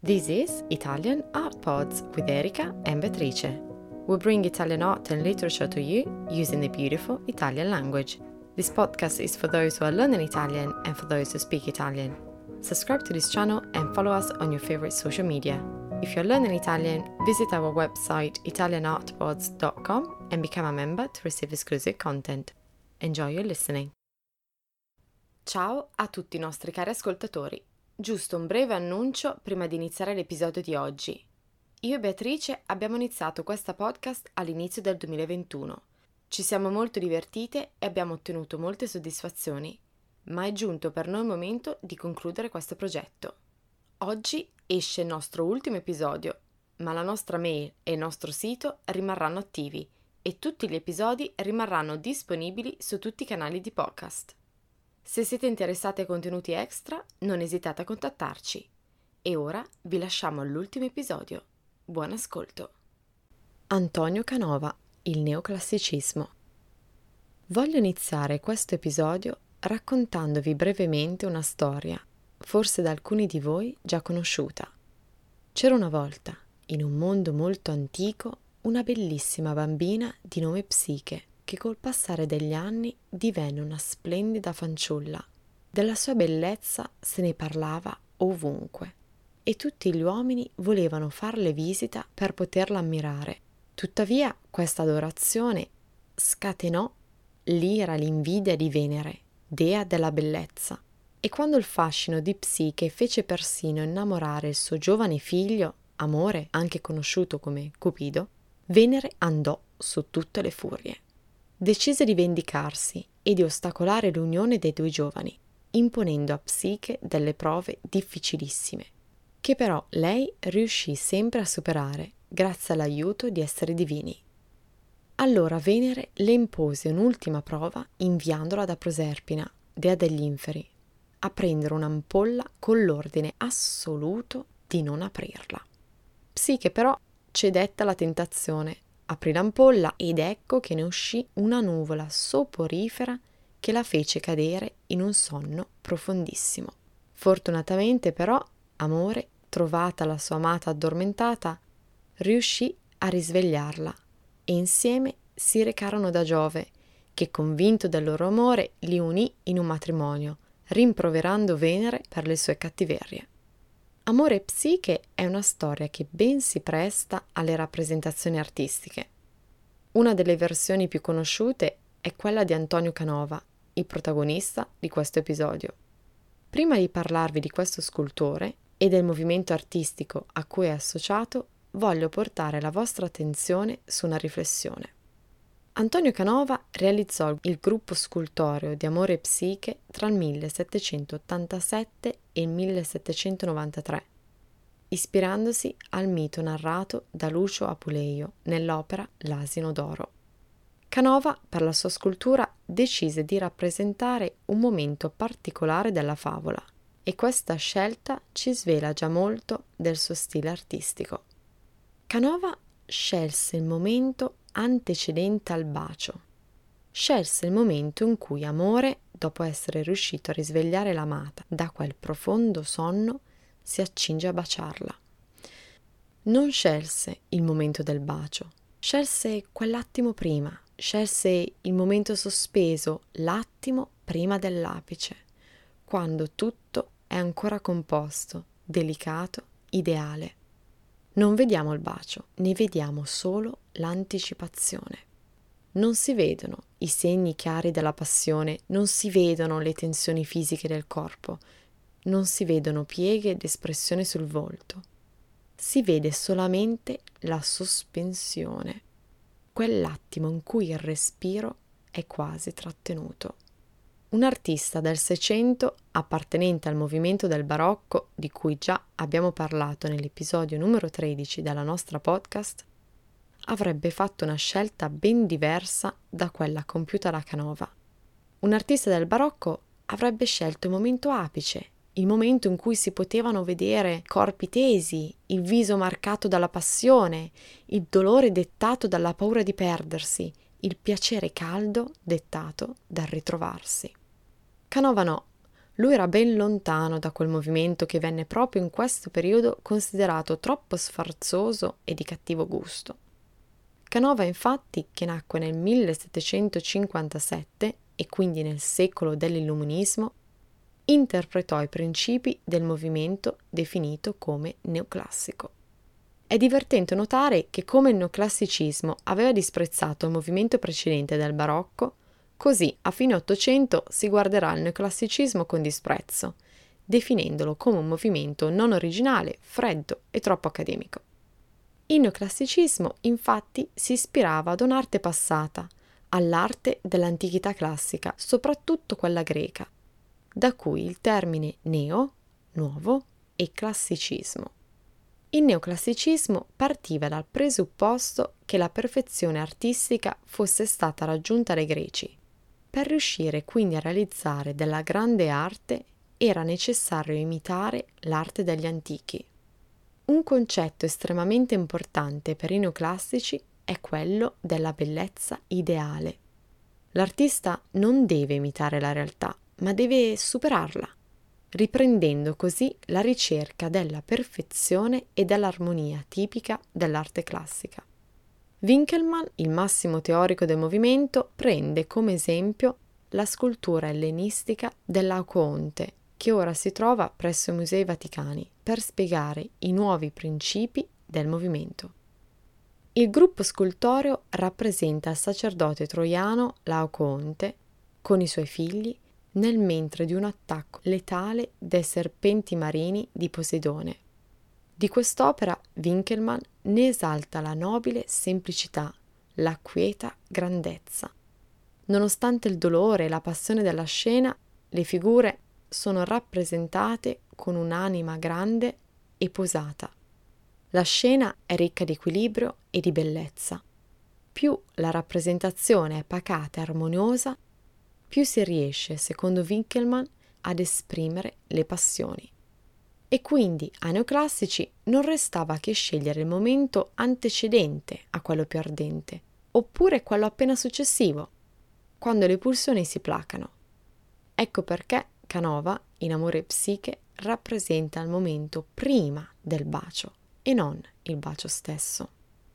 This is Italian Art Pods with Erika and Beatrice. We bring Italian art and literature to you using the beautiful Italian language. This podcast is for those who are learning Italian and for those who speak Italian. Subscribe to this channel and follow us on your favorite social media. If you're learning Italian, visit our website italianartpods.com and become a member to receive exclusive content. Enjoy your listening. Ciao a tutti i nostri cari ascoltatori. Giusto un breve annuncio prima di iniziare l'episodio di oggi. Io e Beatrice abbiamo iniziato questa podcast all'inizio del 2021. Ci siamo molto divertite e abbiamo ottenuto molte soddisfazioni, ma è giunto per noi il momento di concludere questo progetto. Oggi esce il nostro ultimo episodio, ma la nostra mail e il nostro sito rimarranno attivi e tutti gli episodi rimarranno disponibili su tutti i canali di podcast. Se siete interessati ai contenuti extra, non esitate a contattarci. E ora vi lasciamo all'ultimo episodio. Buon ascolto. Antonio Canova, il neoclassicismo. Voglio iniziare questo episodio raccontandovi brevemente una storia, forse da alcuni di voi già conosciuta. C'era una volta, in un mondo molto antico, una bellissima bambina di nome Psiche, che col passare degli anni divenne una splendida fanciulla. Della sua bellezza se ne parlava ovunque e tutti gli uomini volevano farle visita per poterla ammirare. Tuttavia questa adorazione scatenò l'ira e l'invidia di Venere, dea della bellezza, e quando il fascino di Psiche fece persino innamorare il suo giovane figlio, Amore, anche conosciuto come Cupido, Venere andò su tutte le furie. Decise di vendicarsi e di ostacolare l'unione dei due giovani, imponendo a Psiche delle prove difficilissime, che però lei riuscì sempre a superare grazie all'aiuto di esseri divini. Allora Venere le impose un'ultima prova inviandola da Proserpina, dea degli inferi, a prendere un'ampolla con l'ordine assoluto di non aprirla. Psiche però cedette alla tentazione, aprì l'ampolla ed ecco che ne uscì una nuvola soporifera che la fece cadere in un sonno profondissimo. Fortunatamente però Amore, trovata la sua amata addormentata, riuscì a risvegliarla e insieme si recarono da Giove, che convinto del loro amore li unì in un matrimonio, rimproverando Venere per le sue cattiverie. Amore e Psiche è una storia che ben si presta alle rappresentazioni artistiche. Una delle versioni più conosciute è quella di Antonio Canova, il protagonista di questo episodio. Prima di parlarvi di questo scultore e del movimento artistico a cui è associato, voglio portare la vostra attenzione su una riflessione. Antonio Canova realizzò il gruppo scultoreo di Amore e Psiche tra il 1787 e il 1793, ispirandosi al mito narrato da Lucio Apuleio nell'opera L'asino d'oro. Canova, per la sua scultura, decise di rappresentare un momento particolare della favola e questa scelta ci svela già molto del suo stile artistico. Canova scelse il momento antecedente al bacio. Scelse il momento in cui Amore, dopo essere riuscito a risvegliare l'amata da quel profondo sonno, si accinge a baciarla. Non scelse il momento del bacio, scelse quell'attimo prima, scelse il momento sospeso, l'attimo prima dell'apice, quando tutto è ancora composto, delicato, ideale. Non vediamo il bacio, ne vediamo solo l'anticipazione. Non si vedono i segni chiari della passione, non si vedono le tensioni fisiche del corpo, non si vedono pieghe ed espressione sul volto. Si vede solamente la sospensione, quell'attimo in cui il respiro è quasi trattenuto. Un artista del Seicento, appartenente al movimento del barocco, di cui già abbiamo parlato nell'episodio numero 13 della nostra podcast, avrebbe fatto una scelta ben diversa da quella compiuta da Canova. Un artista del barocco avrebbe scelto il momento apice, il momento in cui si potevano vedere corpi tesi, il viso marcato dalla passione, il dolore dettato dalla paura di perdersi, il piacere caldo dettato dal ritrovarsi. Canova no, Lui era ben lontano da quel movimento che venne proprio in questo periodo considerato troppo sfarzoso e di cattivo gusto. Canova, infatti, che nacque nel 1757 e quindi nel secolo dell'Illuminismo, interpretò i principi del movimento definito come neoclassico. È divertente notare che come il neoclassicismo aveva disprezzato il movimento precedente del barocco, così a fine Ottocento si guarderà il neoclassicismo con disprezzo, definendolo come un movimento non originale, freddo e troppo accademico. Il neoclassicismo, infatti, si ispirava ad un'arte passata, all'arte dell'antichità classica, soprattutto quella greca, da cui il termine neo, nuovo, e classicismo. Il neoclassicismo partiva dal presupposto che la perfezione artistica fosse stata raggiunta dai greci. Per riuscire quindi a realizzare della grande arte era necessario imitare l'arte degli antichi. Un concetto estremamente importante per i neoclassici è quello della bellezza ideale. L'artista non deve imitare la realtà, ma deve superarla, riprendendo così la ricerca della perfezione e dell'armonia tipica dell'arte classica. Winckelmann, il massimo teorico del movimento, prende come esempio la scultura ellenistica dell'Acoonte, che ora si trova presso i Musei Vaticani, per spiegare i nuovi principi del movimento. Il gruppo scultoreo rappresenta il sacerdote troiano Laocoonte con i suoi figli nel mentre di un attacco letale dei serpenti marini di Poseidone. Di quest'opera Winckelmann ne esalta la nobile semplicità, la quieta grandezza. Nonostante il dolore e la passione della scena, le figure sono rappresentate con un'anima grande e posata. La scena è ricca di equilibrio e di bellezza. Più la rappresentazione è pacata e armoniosa, più si riesce, secondo Winckelmann, ad esprimere le passioni. E quindi ai neoclassici non restava che scegliere il momento antecedente a quello più ardente, oppure quello appena successivo, quando le pulsioni si placano. Ecco perché Canova, in Amore e Psiche, rappresenta il momento prima del bacio e non il bacio stesso.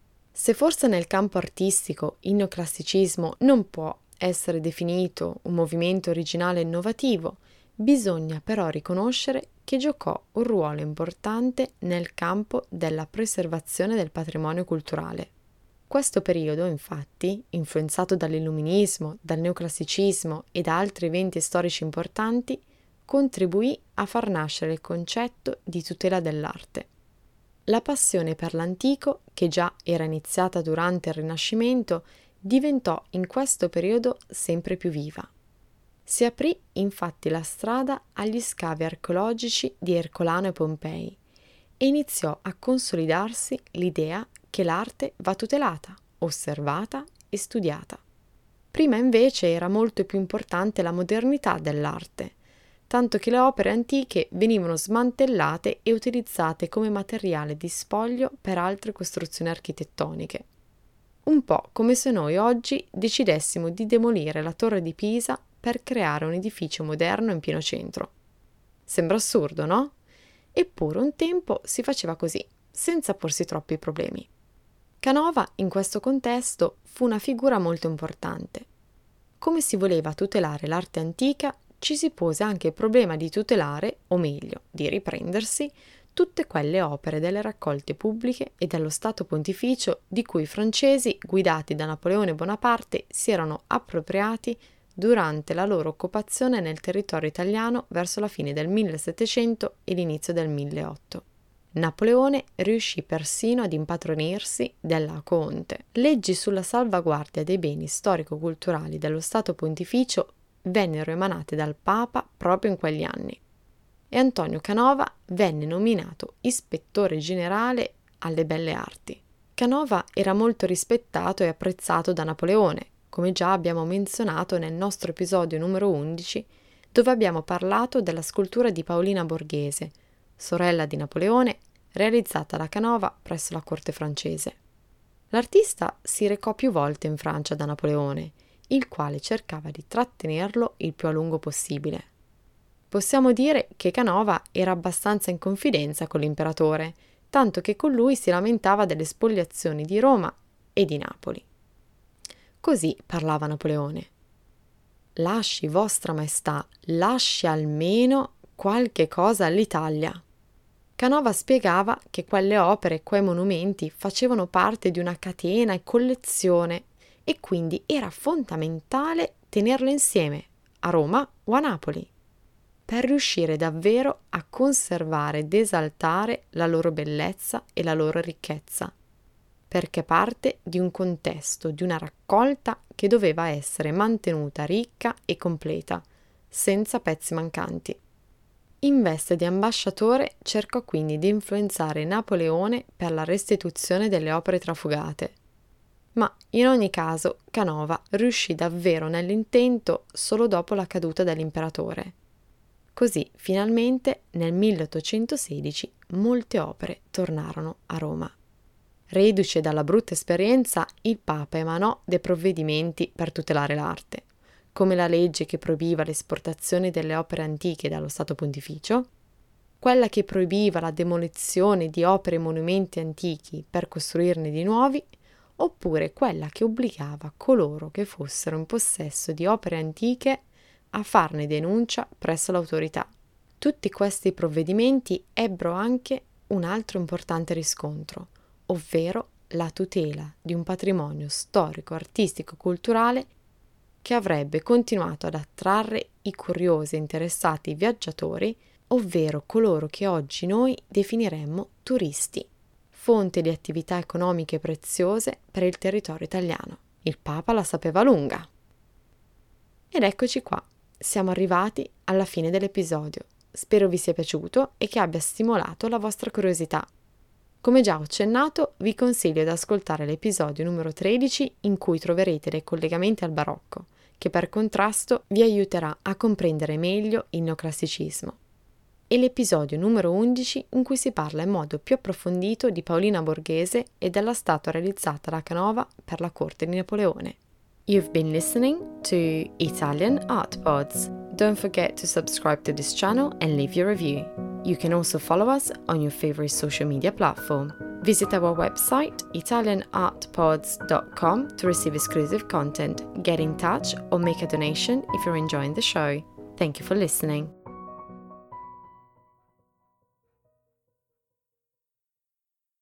Se forse nel campo artistico il neoclassicismo non può essere definito un movimento originale e innovativo, bisogna però riconoscere che giocò un ruolo importante nel campo della preservazione del patrimonio culturale. Questo periodo, infatti, influenzato dall'illuminismo, dal neoclassicismo e da altri eventi storici importanti, contribuì a far nascere il concetto di tutela dell'arte. La passione per l'antico, che già era iniziata durante il Rinascimento, diventò in questo periodo sempre più viva. Si aprì infatti la strada agli scavi archeologici di Ercolano e Pompei e iniziò a consolidarsi l'idea che l'arte va tutelata, osservata e studiata. Prima invece era molto più importante la modernità dell'arte, tanto che le opere antiche venivano smantellate e utilizzate come materiale di spoglio per altre costruzioni architettoniche. Un po' come se noi oggi decidessimo di demolire la Torre di Pisa per creare un edificio moderno in pieno centro. Sembra assurdo, no? Eppure un tempo si faceva così, senza porsi troppi problemi. Canova, in questo contesto, fu una figura molto importante. Come si voleva tutelare l'arte antica, ci si pose anche il problema di tutelare, o meglio, di riprendersi, tutte quelle opere delle raccolte pubbliche e dello Stato Pontificio di cui i francesi, guidati da Napoleone Bonaparte, si erano appropriati durante la loro occupazione nel territorio italiano verso la fine del 1700 e l'inizio del 1800. Napoleone riuscì persino ad impadronirsi dell'Acoonte. Leggi sulla salvaguardia dei beni storico-culturali dello Stato Pontificio vennero emanate dal Papa proprio in quegli anni e Antonio Canova venne nominato ispettore generale alle belle arti. Canova era molto rispettato e apprezzato da Napoleone, come già abbiamo menzionato nel nostro episodio numero 11, dove abbiamo parlato della scultura di Paolina Borghese, sorella di Napoleone, realizzata da Canova presso la corte francese. L'artista si recò più volte in Francia da Napoleone, il quale cercava di trattenerlo il più a lungo possibile. Possiamo dire che Canova era abbastanza in confidenza con l'imperatore, tanto che con lui si lamentava delle spoliazioni di Roma e di Napoli. Così parlava Napoleone. Lasci, vostra maestà, lasci almeno qualche cosa all'Italia. Canova spiegava che quelle opere e quei monumenti facevano parte di una catena e collezione e quindi era fondamentale tenerle insieme, a Roma o a Napoli, per riuscire davvero a conservare ed esaltare la loro bellezza e la loro ricchezza, perché parte di un contesto, di una raccolta che doveva essere mantenuta ricca e completa, senza pezzi mancanti. In veste di ambasciatore cercò quindi di influenzare Napoleone per la restituzione delle opere trafugate. Ma in ogni caso Canova riuscì davvero nell'intento solo dopo la caduta dell'imperatore. Così finalmente nel 1816 molte opere tornarono a Roma. Reduce dalla brutta esperienza, il Papa emanò dei provvedimenti per tutelare l'arte, come la legge che proibiva l'esportazione delle opere antiche dallo Stato Pontificio, quella che proibiva la demolizione di opere e monumenti antichi per costruirne di nuovi, oppure quella che obbligava coloro che fossero in possesso di opere antiche a farne denuncia presso l'autorità. Tutti questi provvedimenti ebbero anche un altro importante riscontro, ovvero la tutela di un patrimonio storico, artistico, culturale che avrebbe continuato ad attrarre i curiosi e interessati viaggiatori, ovvero coloro che oggi noi definiremmo turisti, fonte di attività economiche preziose per il territorio italiano. Il Papa la sapeva lunga. Ed eccoci qua, siamo arrivati alla fine dell'episodio. Spero vi sia piaciuto e che abbia stimolato la vostra curiosità. Come già ho accennato, vi consiglio di ascoltare l'episodio numero 13 in cui troverete dei collegamenti al barocco, che per contrasto vi aiuterà a comprendere meglio il neoclassicismo, e l'episodio numero 11 in cui si parla in modo più approfondito di Paolina Borghese e della statua realizzata da Canova per la corte di Napoleone. You've been listening to Italian Art Pods. Don't forget to subscribe to this channel and leave your review. You can also follow us on your favorite social media platform. Visit our website italianartpods.com to receive exclusive content, get in touch or make a donation if you're enjoying the show. Thank you for listening.